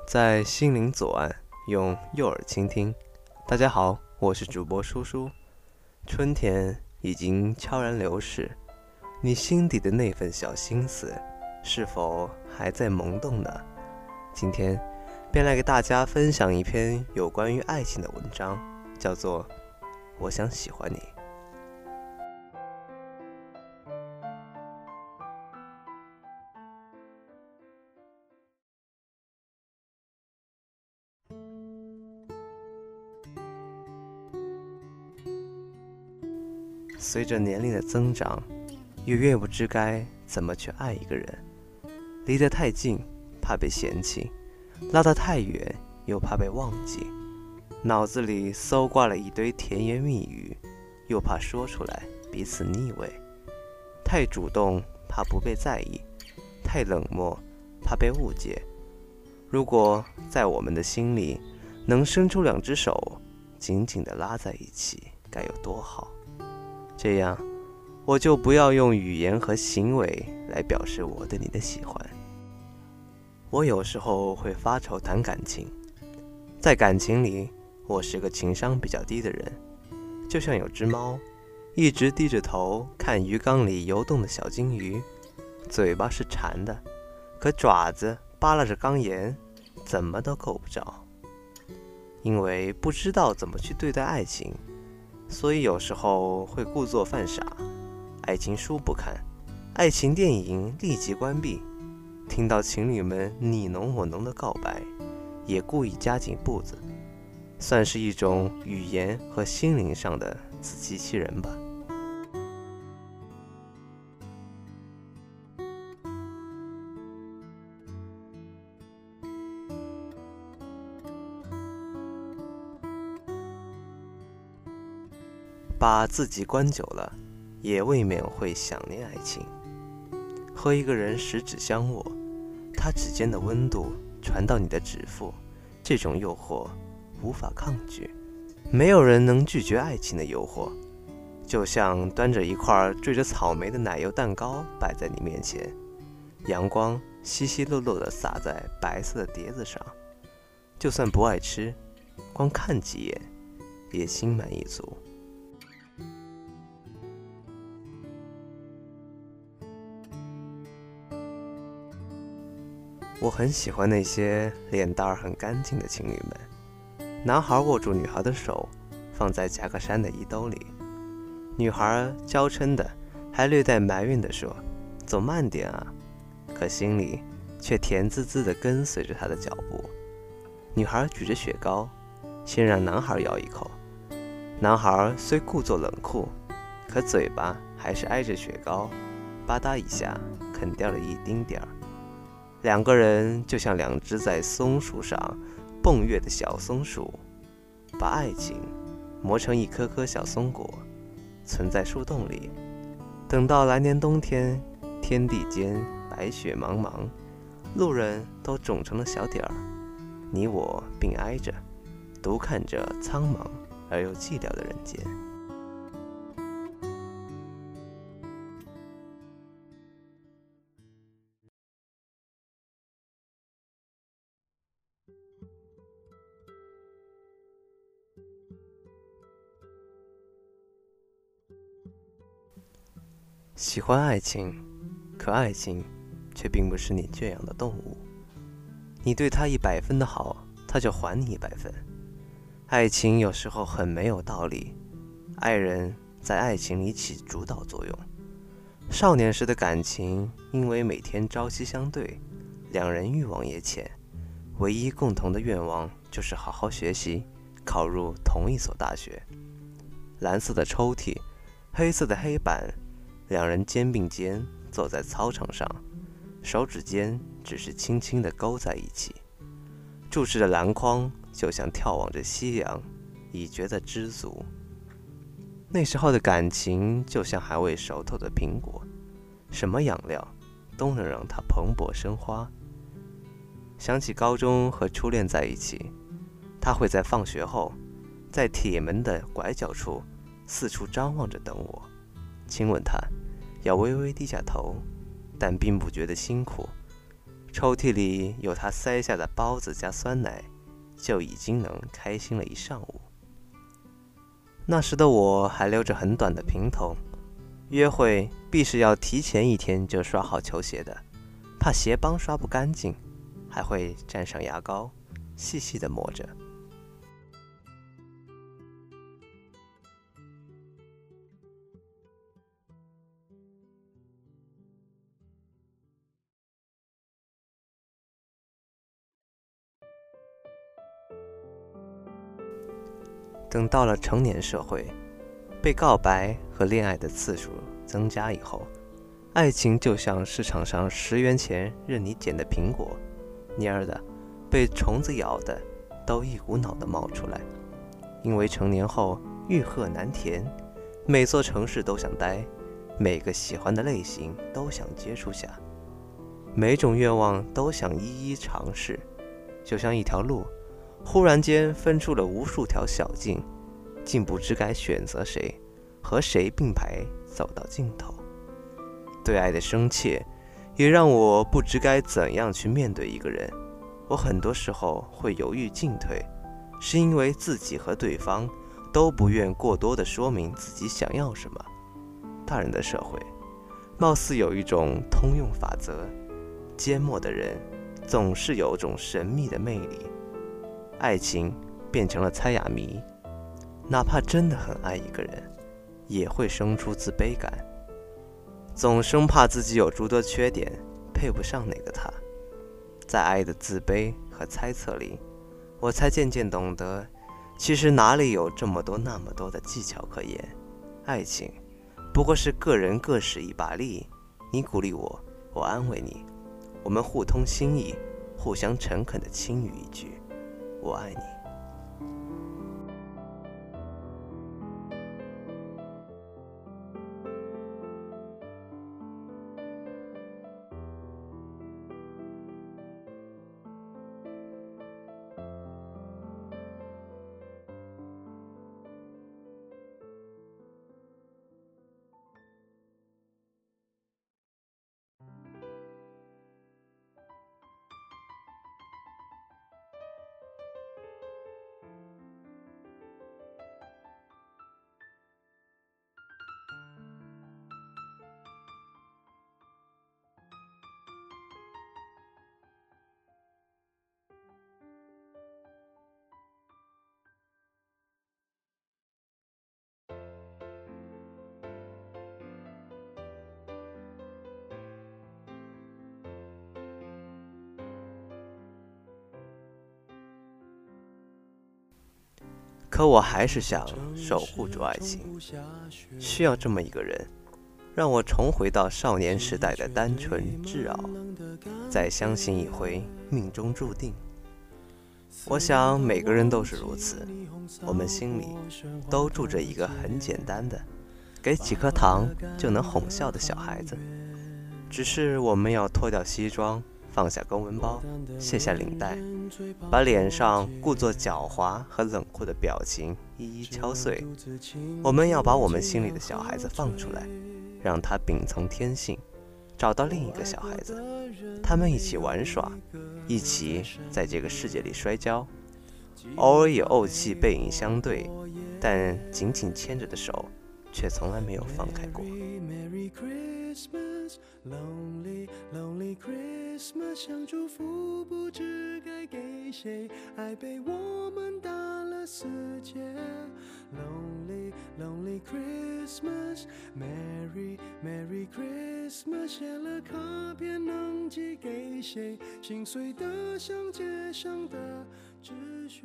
在心灵左岸，用右耳倾听。大家好，我是主播叔叔。春天已经悄然流逝，你心底的那份小心思，是否还在萌动呢？今天便来给大家分享一篇有关于爱情的文章，叫做《我想喜欢你》。随着年龄的增长，越不知该怎么去爱一个人。离得太近，怕被嫌弃；拉得太远，又怕被忘记。脑子里搜刮了一堆甜言蜜语，又怕说出来彼此腻味。太主动，怕不被在意；太冷漠，怕被误解。如果在我们的心里能伸出两只手，紧紧地拉在一起，该有多好！这样，我就不要用语言和行为来表示我对你的喜欢。我有时候会发愁谈感情，在感情里，我是个情商比较低的人，就像有只猫，一直低着头看鱼缸里游动的小金鱼，嘴巴是馋的，可爪子扒拉着缸沿，怎么都够不着。因为不知道怎么去对待爱情，所以有时候会故作犯傻，爱情书不看，爱情电影立即关闭，听到情侣们你侬我侬的告白，也故意加紧步子，算是一种语言和心灵上的自欺欺人吧。把自己关久了，也未免会想念爱情。和一个人十指相握，他指尖的温度传到你的指腹，这种诱惑无法抗拒。没有人能拒绝爱情的诱惑，就像端着一块缀着草莓的奶油蛋糕摆在你面前，阳光稀稀落落地洒在白色的碟子上，就算不爱吃，光看几眼也心满意足。我很喜欢那些脸蛋很干净的情侣们，男孩握住女孩的手，放在夹克衫的衣兜里，女孩娇嗔的还略带埋怨地说：“走慢点啊！”可心里却甜滋滋地跟随着他的脚步。女孩举着雪糕，先让男孩咬一口。男孩虽故作冷酷，可嘴巴还是挨着雪糕，吧嗒一下啃掉了一丁点儿。两个人就像两只在松树上蹦跃的小松鼠，把爱情磨成一颗颗小松果，存在树洞里。等到来年冬天，天地间白雪茫茫，路人都肿成了小点儿，你我并挨着，独看着苍茫而又寂寥的人间。喜欢爱情，可爱情却并不是你圈养的动物。你对他100分的好，他就还你100分。爱情有时候很没有道理，爱人在爱情里起主导作用。少年时的感情，因为每天朝夕相对，两人欲望也浅，唯一共同的愿望就是好好学习，考入同一所大学。蓝色的抽屉，黑色的黑板，两人肩并肩坐在操场上，手指间只是轻轻地勾在一起，注视着篮筐，就像眺望着夕阳，已觉得知足。那时候的感情就像还未熟透的苹果，什么养料都能让它蓬勃生花。想起高中和初恋在一起，他会在放学后，在铁门的拐角处四处张望着等我，亲吻他，要微微低下头，但并不觉得辛苦。 抽屉里有他塞下的包子加酸奶，就已经能开心了一上午。那时的我还留着很短的平头，约会必是要提前1天就刷好球鞋的，怕鞋帮刷不干净，还会蘸上牙膏，细细地抹着。等到了成年社会，被告白和恋爱的次数增加以后，爱情就像市场上10元钱任你捡的苹果，蔫儿的、被虫子咬的都一股脑的冒出来。因为成年后欲壑难填，每座城市都想待，每个喜欢的类型都想接触下，每种愿望都想一一尝试，就像一条路忽然间分出了无数条小径，竟不知该选择谁，和谁并排走到尽头。对爱的深切也让我不知该怎样去面对一个人。我很多时候会犹豫进退，是因为自己和对方都不愿过多的说明自己想要什么。大人的社会貌似有一种通用法则，缄默的人总是有种神秘的魅力。爱情变成了猜哑谜，哪怕真的很爱一个人，也会生出自卑感，总生怕自己有诸多缺点，配不上那个他。在爱的自卑和猜测里，我才渐渐懂得，其实哪里有这么多那么多的技巧可言。爱情不过是个人各使一把力，你鼓励我，我安慰你，我们互通心意，互相诚恳地轻语一句我爱你。可我还是想守护住爱情，需要这么一个人，让我重回到少年时代的单纯挚傲，再相信一回命中注定。我想每个人都是如此，我们心里都住着一个很简单的，给几颗糖就能哄笑的小孩子，只是我们要脱掉西装，放下公文包，卸下领带，把脸上故作狡猾和冷酷的表情一一敲碎。我们要把我们心里的小孩子放出来，让他秉从天性，找到另一个小孩子，他们一起玩耍，一起在这个世界里摔跤，偶尔也怄气背影相对，但紧紧牵着的手却从来没有放开过。 Lonely, lonely Christmas， 想祝福不知该给谁，爱被我们打了死结。Lonely, lonely Christmas， Merry, Merry Christmas， 写了卡片能寄给谁，心碎的像街上的纸屑。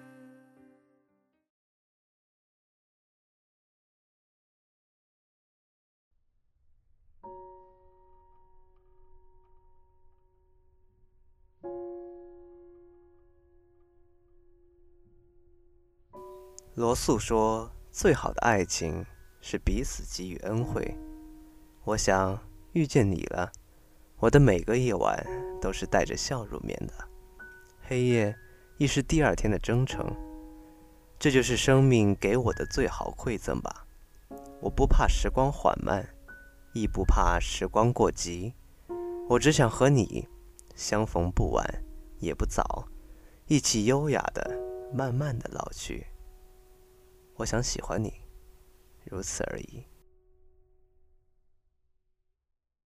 罗素说，最好的爱情是彼此给予恩惠。我想遇见你了，我的每个夜晚都是带着笑入眠的，黑夜亦是第二天的征程。这就是生命给我的最好馈赠吧。我不怕时光缓慢，亦不怕时光过急，我只想和你相逢不晚也不早，一起优雅的慢慢的老去。我想喜欢你，如此而已。